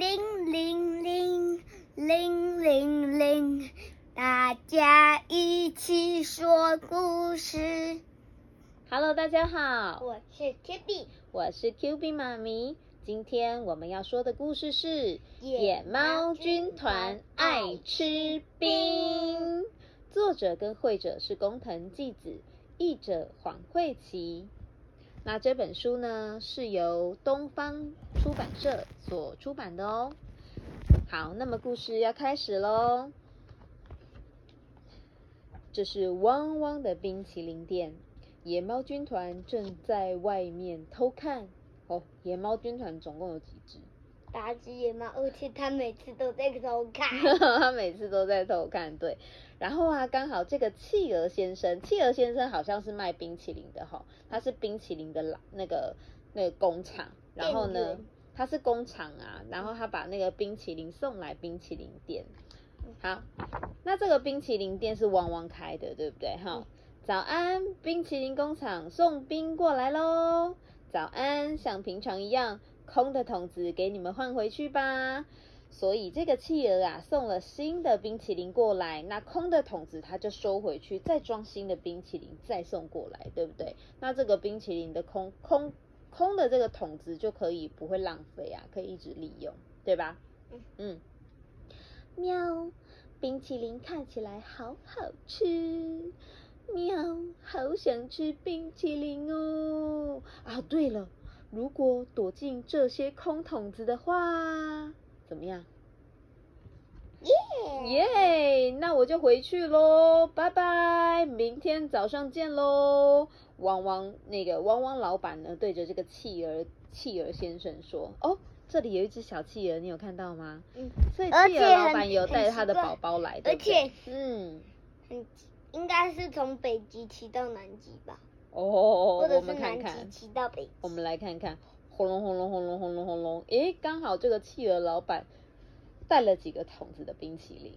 铃铃铃铃铃铃，大家一起说故事。 Hello， 大家好， 我是 QB， 我是 QB 妈咪。今天我们要说的故事是《野猫军团爱吃冰》，作者跟绘者是工藤纪子，译者黄慧琪。那这本书呢是由东方出版社所出版的哦。好，那么故事要开始咯。这是汪汪的冰淇淋店，野猫军团正在外面偷看。哦，野猫军团总共有几只 ？8只野猫，而且他每次都在偷看。 他每次都在偷看，对。然后啊，刚好这个企鹅先生好像是卖冰淇淋的哈，他是冰淇淋的那个工厂。然后呢，他是工厂啊，然后他把那个冰淇淋送来冰淇淋店。好，那这个冰淇淋店是汪汪开的，对不对？哈，早安，冰淇淋工厂送冰过来咯。早安，像平常一样，空的桶子给你们换回去吧。所以这个企鹅啊，送了新的冰淇淋过来，那空的桶子它就收回去，再装新的冰淇淋再送过来，对不对？那这个冰淇淋的空的这个桶子就可以不会浪费啊，可以一直利用，对吧？喵，冰淇淋看起来好好吃。喵，好想吃冰淇淋哦！啊，对了，如果躲进这些空桶子的话，怎么样？耶！那我就回去咯，拜拜，明天早上见咯。汪汪老板呢，对着这个企鹅先生说：“哦，这里有一只小企鹅，你有看到吗？”所以企鹅老板有带着他的宝宝来，对不对？ 而且，应该是从北极骑到南极吧？ 哦， 或者是南极骑到北极。 我们来看看，轰隆轰隆轰隆轰隆轰隆，诶，刚好这个企鹅老板带了几个桶子的冰淇淋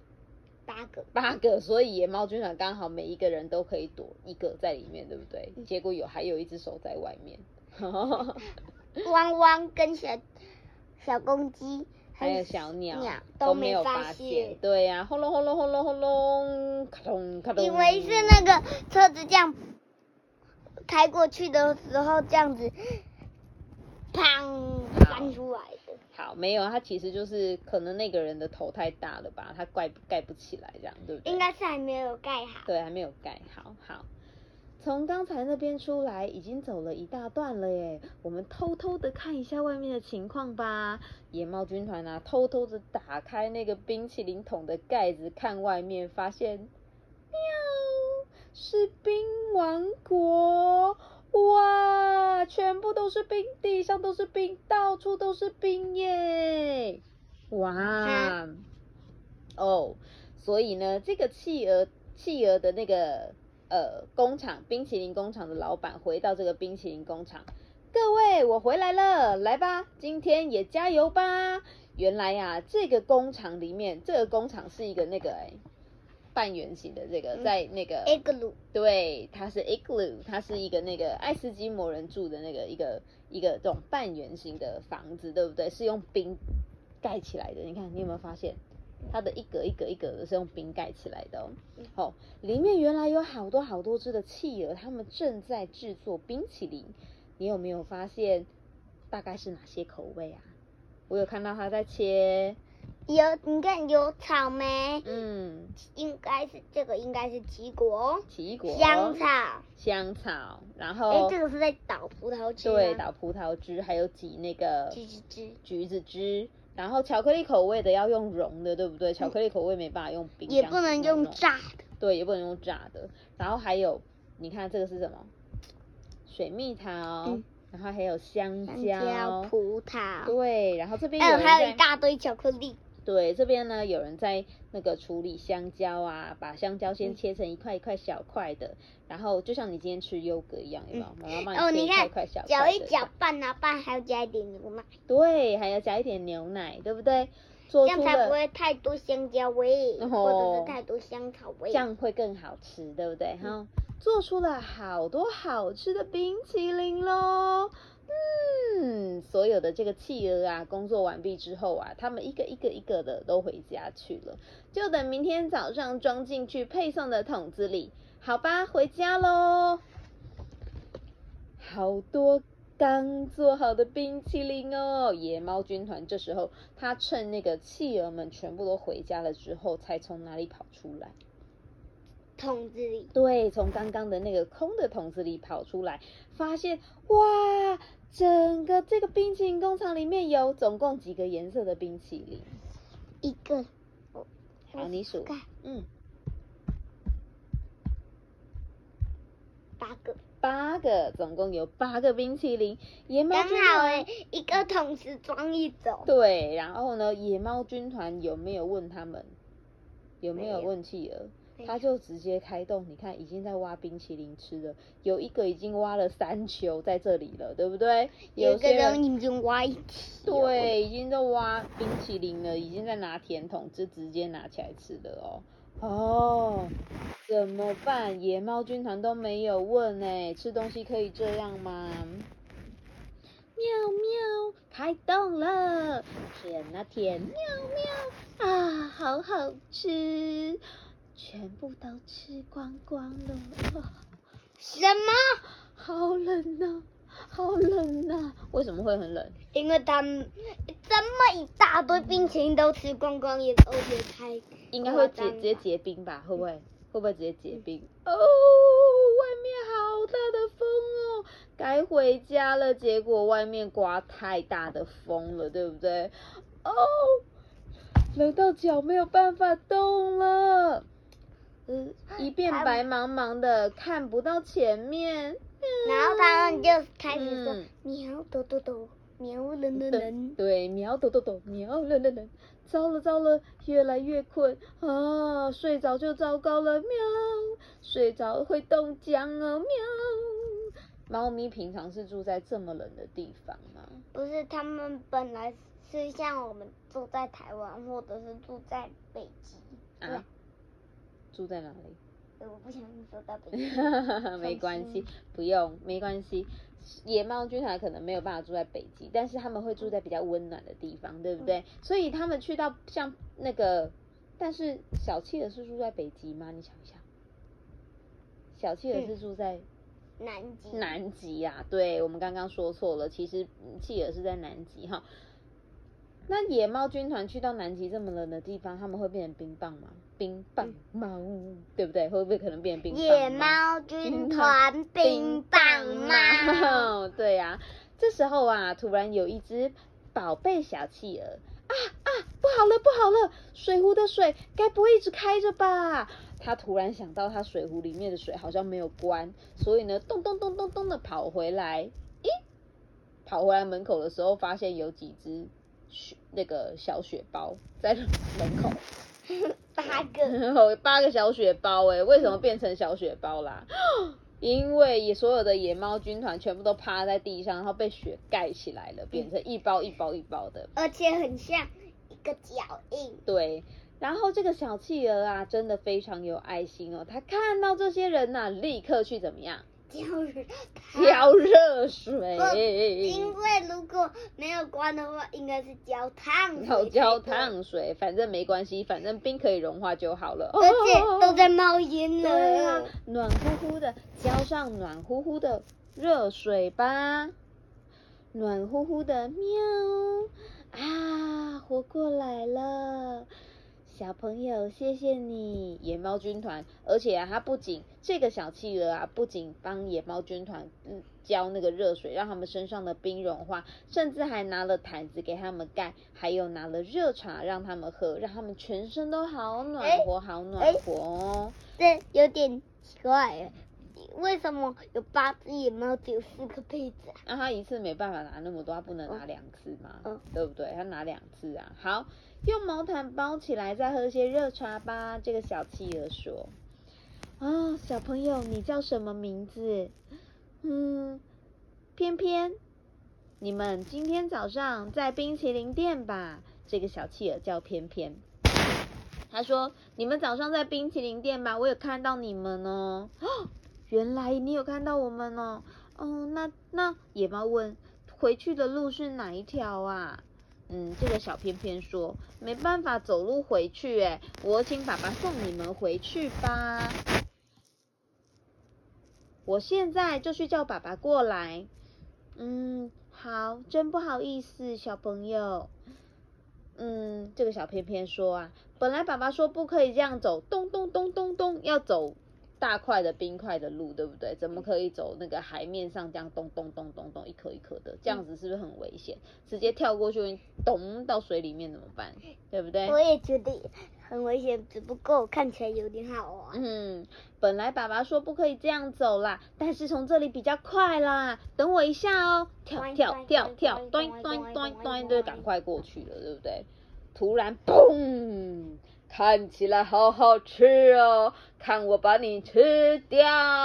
？8个，所以野猫军团刚好每一个人都可以躲一个在里面，对不对？结果还有一只手在外面。 汪汪跟小公鸡还有小鸟都没有发现，对呀，轰隆轰隆轰隆轰隆，咔咚咔咚。 以为是那个车子这样开过去的时候，这样子，砰翻出来的。 好，没有，它其实就是可能那个人的头太大了吧，他盖不起来，这样对不对？ 应该是还没有盖好。 对，还没有盖好。好。从刚才那边出来，已经走了一大段了耶。我们偷偷的看一下外面的情况吧。野猫军团啊，偷偷的打开那个冰淇淋桶的盖子，看外面，发现，喵，是冰王国！哇，全部都是冰，地上都是冰，到处都是冰耶！哇，哦，所以呢，这个企鹅的那个。工厂冰淇淋工厂的老板回到这个冰淇淋工厂，各位，我回来了，来吧，今天也加油吧。原来呀，这个工厂里面，这个工厂是一个那个半圆形的这个，在那个 igloo， 对，它是 igloo， 它是一个那个爱斯基摩人住的那个一个这种半圆形的房子，对不对？是用冰盖起来的，你看，你有没有发现？它的一格一格一格的是用冰盖起来的哦。里面原来有好多只的企鹅，它们正在制作冰淇淋。你有没有发现大概是哪些口味啊？我有看到它在切。 你看有草莓，应该是奇果， 香草，然后这个是在捣葡萄汁， 对，捣葡萄汁，还有挤那个橘子汁。然后巧克力口味的要用溶的，对不对？巧克力口味没办法用冰， 也不能用炸的。 对，也不能用炸的。然后还有，你看这个是什么？水蜜桃，然后还有香蕉、 葡萄。 对，然后这边还有一大堆巧克力。 对，这边呢有人在那个处理香蕉啊，把香蕉先切成一块一块小块的，然后就像你今天吃优格一样，有没有？妈妈帮你切一块一块小块的。 搅一搅拌啊拌，还要加一点牛奶。 对，还要加一点牛奶，对不对？ 这样才不会太多香蕉味，或者是太多香草味， 这样会更好吃，对不对？做出了好多好吃的冰淇淋咯。 所有的这个企鹅啊，工作完毕之后啊，他们一个一个的都回家去了，就等明天早上装进去配送的桶子里。好吧，回家喽。好多刚做好的冰淇淋哦！野猫军团这时候，他趁那个企鹅们全部都回家了之后，才从哪里跑出来？ 桶子里。 对，从刚刚的那个空的桶子里跑出来，发现哇，整个这个冰淇淋工厂里面有总共几个颜色的冰淇淋？ 一个。 好，你数。 8个。 8个，总共有8个冰淇淋。野猫军刚好团一个桶子装一种。 对，然后呢，野猫军团有没有问他们？有没有问企鹅？他就直接开动，你看已经在挖冰淇淋吃了，有一个已经挖了3球在这里了，对不对？ 有个人已经挖一题。 对，已经在挖冰淇淋了，已经在拿甜筒，就直接拿起来吃了哦。哦，怎么办？野猫军团都没有问呢，吃东西可以这样吗？喵喵，开动了，甜啊甜，喵喵啊，好好吃，全部都吃光光了。 什么？ 好冷啊，好冷啊！为什么会很冷？ 因为他们这么一大堆冰淇淋都吃光光，也而且开。 应该会直接结冰吧？会不会？会不会直接结冰？哦，外面好大的风哦，该回家了。结果外面刮太大的风了，对不对？哦，冷到脚没有办法动了，一片白茫茫的，看不到前面。 然后他们就开始说喵抖抖抖，喵冷冷冷。 对，喵抖抖抖，喵冷冷冷。糟了糟了，越来越困啊！睡着就糟糕了，喵！睡着会冻僵哦，喵！猫咪平常是住在这么冷的地方吗？ 不是，他们本来是像我们住在台湾，或者是住在北极。 啊？住在哪里？ 我不想说到北极。 没关系，不用，没关系。野猫军团可能没有办法住在北极，但是他们会住在比较温暖的地方，对不对？所以他们去到像那个，但是小企鹅是住在北极吗？你想一下，小企鹅是住在南极啊。对，我们刚刚说错了，其实企鹅是在南极哈。那野猫军团去到南极这么冷的地方，他们会变成冰棒吗？冰棒猫，对不对？会不会可能变成冰棒猫？ 野猫军团冰棒猫。 对呀，这时候啊，突然有一只宝贝小企鹅，不好了不好了，水壶的水该不会一直开着吧？他突然想到，他水壶里面的水好像没有关，所以呢，咚咚咚咚咚的跑回来。跑回来门口的时候，发现有几只那个小雪包在门口。8个小雪包为什么变成小雪包啦？因为所有的野猫军团全部都趴在地上，然后被雪盖起来了，变成一包一包一包的， 而且很像一个脚印。 对，然后这个小企鹅啊，真的非常有爱心哦，他看到这些人啊，立刻去怎么样？浇热水。 因为如果没有关的话，应该是浇烫水。 浇烫水，反正没关系，反正冰可以融化就好了。 而且都在冒烟了。 对啊，暖乎乎的，浇上暖乎乎的热水吧。暖乎乎的，喵啊，活过来了。小朋友，谢谢你，野猫军团。而且啊，这个小企鹅啊，不仅帮野猫军团浇那个热水，让他们身上的冰融化，甚至还拿了毯子给他们盖，还有拿了热茶让他们喝，让他们全身都好暖和，好暖和哦。 这有点奇怪，为什么有8只野猫只有4个被子啊？ 那他一次没办法拿那么多，他不能拿2次嘛，对不对？他拿2次啊。好，用毛毯包起来，再喝些热茶吧。这个小企鹅说：“小朋友，你叫什么名字？偏偏。你们今天早上在冰淇淋店吧？”这个小企鹅叫偏偏。他说：“你们早上在冰淇淋店吧？我有看到你们哦。”原来你有看到我们哦。那野猫问：“ 回去的路是哪一条啊？这个小偏偏说没办法走路回去，我请爸爸送你们回去吧。我现在就去叫爸爸过来。好，真不好意思，小朋友。这个小偏偏说啊，本来爸爸说不可以这样走，咚咚咚咚咚，要走大块的冰块的路，对不对？怎么可以走那个海面上这样咚咚咚咚咚一颗一颗的？这样子是不是很危险？直接跳过去，咚到水里面怎么办？对不对？ 我也觉得很危险，只不过看起来有点好玩。 本来爸爸说不可以这样走啦，但是从这里比较快啦。等我一下哦，跳跳跳跳，咚咚咚咚，就赶快过去了，对不对？突然，嘣！看起来好好吃哦，看我把你吃掉！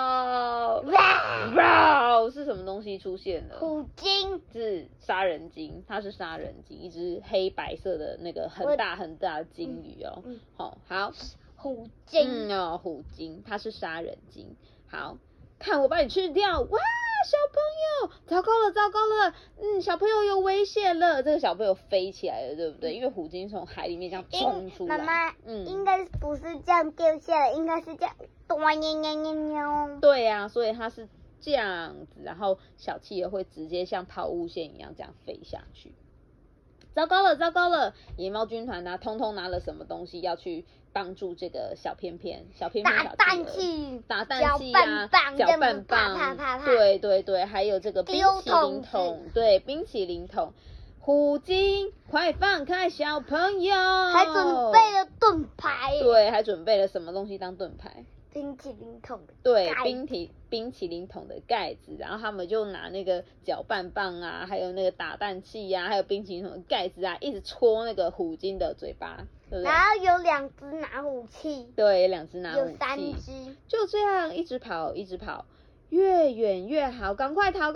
哇！是什么东西出现了？ 虎鲸是杀人鲸，它是杀人鲸，一只黑白色的那个很大很大的鲸鱼哦。好。 虎鲸虎鲸，它是杀人鲸。好，看我把你吃掉！哇，小朋友，糟糕了，小朋友有危险了。这个小朋友飞起来了，对不对？因为虎鲸从海里面这样冲出来。 妈妈，应该不是这样掉下来，应该是这样， 对呀，所以它是这样子，然后小企鹅会直接像抛物线一样这样飞下去。糟糕了！野猫军团通通拿了什么东西要去帮助这个小偏偏小企鹅？打蛋器啊，搅拌棒，对，还有这个冰淇淋桶，对，冰淇淋桶。虎鲸，快放开小朋友！ 还准备了盾牌。 对，还准备了什么东西当盾牌？ 冰淇淋桶的对，冰淇淋桶的盖子，然后他们就拿那个搅拌棒啊，还有那个打蛋器啊，还有冰淇淋桶的盖子啊，一直戳那个虎鲸的嘴巴，对不对？ 然后有2只拿武器， 对，2只拿武器， 有3只， 就这样一直跑，越远越好，赶快逃！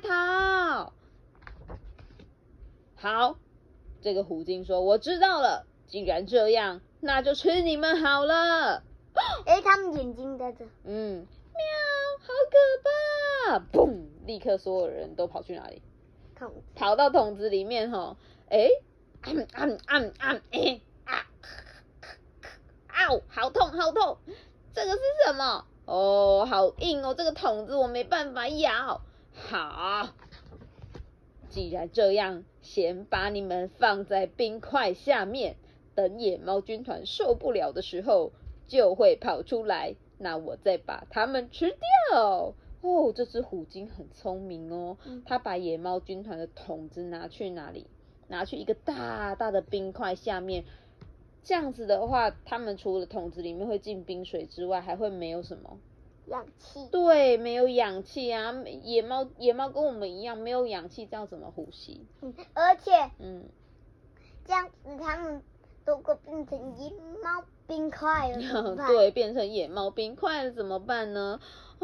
好，这个虎鲸说：“我知道了，既然这样，那就吃你们好了。” 他们眼睛在这。 喵，好可怕！砰！立刻所有人都跑去哪里？跑到桶子里面吼。好痛！这个是什么？好硬哦，这个桶子我没办法咬。好，既然这样，先把你们放在冰块下面，等野猫军团受不了的时候，就会跑出来，那我再把它们吃掉。这只虎鲸很聪明哦，它把野猫军团的桶子拿去哪里？拿去一个大大的冰块下面。这样子的话，它们除了桶子里面会进冰水之外，还会没有什么？ 氧气。 对，没有氧气啊。野猫跟我们一样没有氧气，这样怎么呼吸？ 而且，这样子它们如果变成野猫冰块了怎么办？ 对，变成野猫冰块了怎么办呢？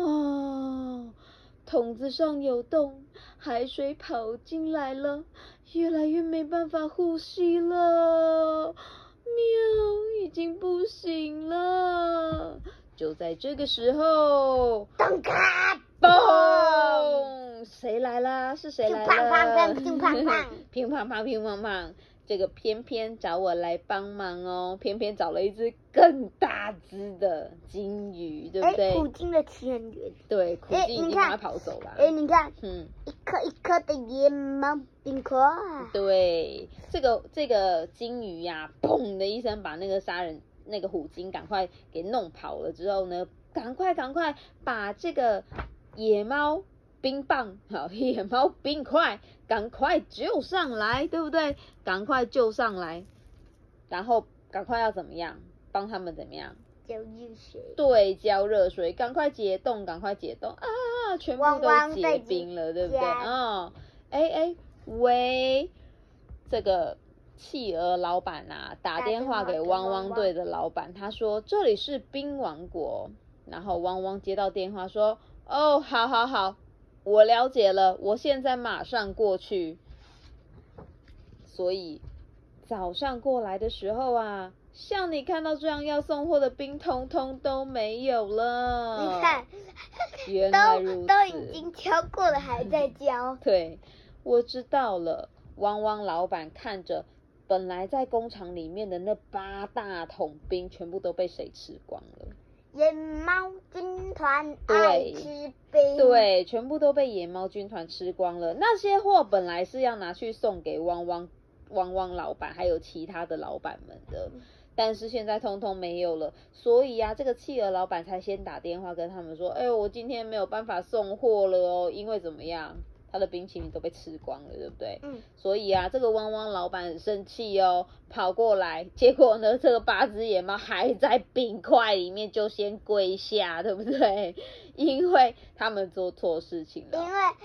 桶子上有洞，海水跑进来了，越来越没办法呼吸了。喵，已经不行了。就在这个时候， 咚咔嘣！谁来啦？是谁来了？ 乒乓乓， 乒乓乓。这个偏偏找我来帮忙哦，偏偏找了一只更大只的鲸鱼，对不对？ 虎鲸的鳍很圆。 对，虎鲸已经把它跑走了。 你看，一颗一颗的野猫冰块。 对，这个鲸鱼呀，砰的一声把那个杀人那个虎鲸赶快给弄跑了之后呢，赶快把这个野猫冰棒，野猫冰块，赶快救上来，对不对？赶快救上来，然后赶快要怎么样？帮他们怎么样？ 浇热水。对， 浇热水，赶快解冻啊！全部都结冰了，对不对？喂，这个企鹅老板啊，打电话给汪汪队的老板，他说这里是冰王国，然后汪汪接到电话说，好。我了解了，我现在马上过去。所以早上过来的时候啊，像你看到这样要送货的冰通通都没有了。 你看， 原来如此， 都已经浇过了，还在浇。 对， 我知道了。汪汪老板看着本来在工厂里面的那8大桶冰，全部都被谁吃光了？ 野猫军团爱吃冰。 对，全部都被野猫军团吃光了。那些货本来是要拿去送给汪汪老板还有其他的老板们的，但是现在通通没有了，所以啊，这个企鹅老板才先打电话跟他们说，我今天没有办法送货了哦，因为怎么样？他的冰淇淋都被吃光了，对不对？所以啊，这个汪汪老板很生气哦，跑过来，结果呢，这个8只野猫还在冰块里面就先跪下，对不对？因为他们做错事情了。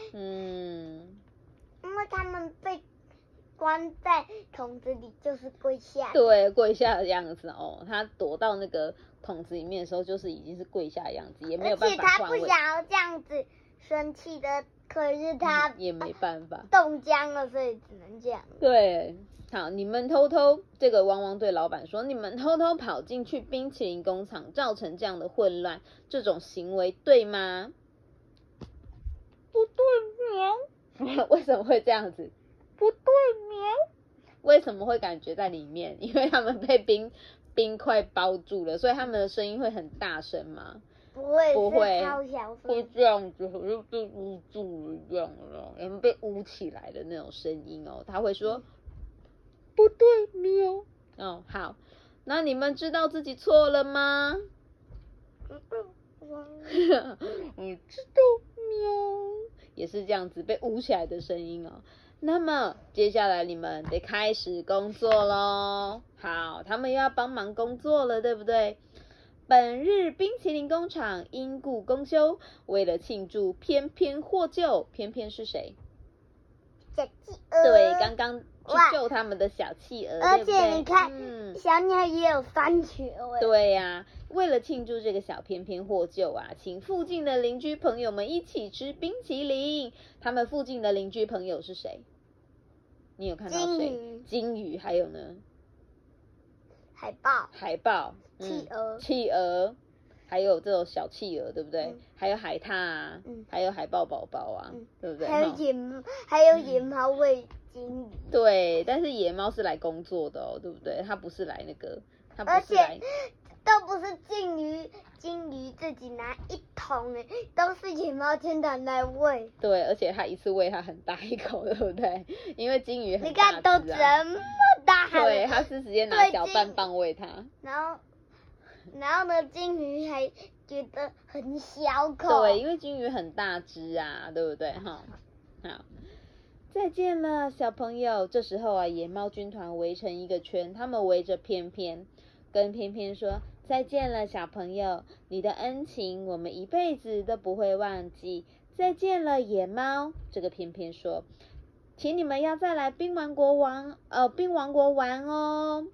因为他们被关在桶子里，就是跪下。 对，跪下的样子哦，他躲到那个桶子里面的时候，就是已经是跪下的样子，也没有办法换位。 而且他不想要这样子生气的。可是他也没办法， 冻僵了，所以只能这样。 对，好，你们偷偷，这个汪汪对老板说，你们偷偷跑进去冰淇淋工厂，造成这样的混乱，这种行为对吗？ 不对， 喵。为什么会这样子？ 不对，喵。 为什么会感觉在里面？因为他们被冰块包住了，所以他们的声音会很大声吗？ 不会， 超小声，会这样子，好像被捂住了一样了，被捂起来的那种声音哦。他会说，不对，喵。哦，好，那你们知道自己错了吗？我知道，喵，也是这样子被捂起来的声音哦。那么接下来你们得开始工作咯。好，他们又要帮忙工作了，对不对？本日冰淇淋工厂因故公休，为了庆祝偏偏获救。偏偏是谁？ 小企鹅。 对，刚刚去救他们的小企鹅， 而且你看，小鸟也有3球。 对呀，为了庆祝这个小偏偏获救啊，请附近的邻居朋友们一起吃冰淇淋。他们附近的邻居朋友是谁？你有看到谁？金鱼，还有呢？海豹。企鹅，还有这种小企鹅，对不对？还有海獭啊，还有海豹宝宝啊，对不对？ 还有野猫喂金鱼。 对，但是野猫是来工作的哦，对不对？它不是来那个，它不是来。而且都不是金鱼自己拿1桶都是野猫军团来喂。对， 而且它一次喂它很大一口，对不对？因为金鱼很大只啊。你看都这么大。 对，它是直接拿小棒棒喂它。 然后呢，金鱼还觉得很小口。 对，因为金鱼很大只啊，对不对？好，再见了，小朋友。这时候啊，野猫军团围成一个圈，他们围着偏偏，跟偏偏说再见了，小朋友，你的恩情我们一辈子都不会忘记。再见了，野猫。这个偏偏说，请你们要再来冰王国玩哦。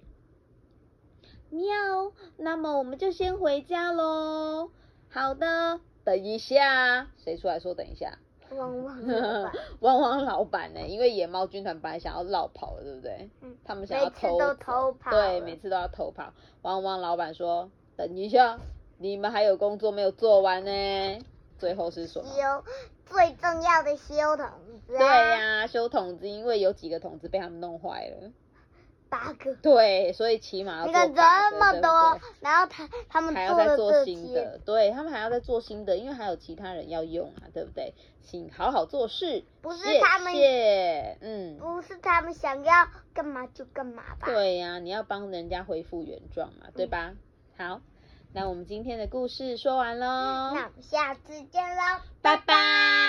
喵，那么我们就先回家咯。好的，等一下，谁出来说等一下？ 汪汪老板。 汪汪老板呢？因为野猫军团本来想要绕跑了，对不对？他们想要每次都偷跑。 对，每次都要偷跑。汪汪老板说，等一下，你们还有工作没有做完呢。最后是什么？ 最重要的修桶子。 对呀，修桶子，因为有几个桶子被他们弄坏了。 8个。 对，所以起码要做8个。 你看这么多，然后他们还要再做新的，对，他们还要再做新的，因为还有其他人要用啊，对不对？请好好做事。 不是他们，不是他们想要干嘛就干嘛吧？ 对呀，你要帮人家恢复原状嘛，对吧？好，那我们今天的故事说完咯。 那我们下次见喽， 拜拜。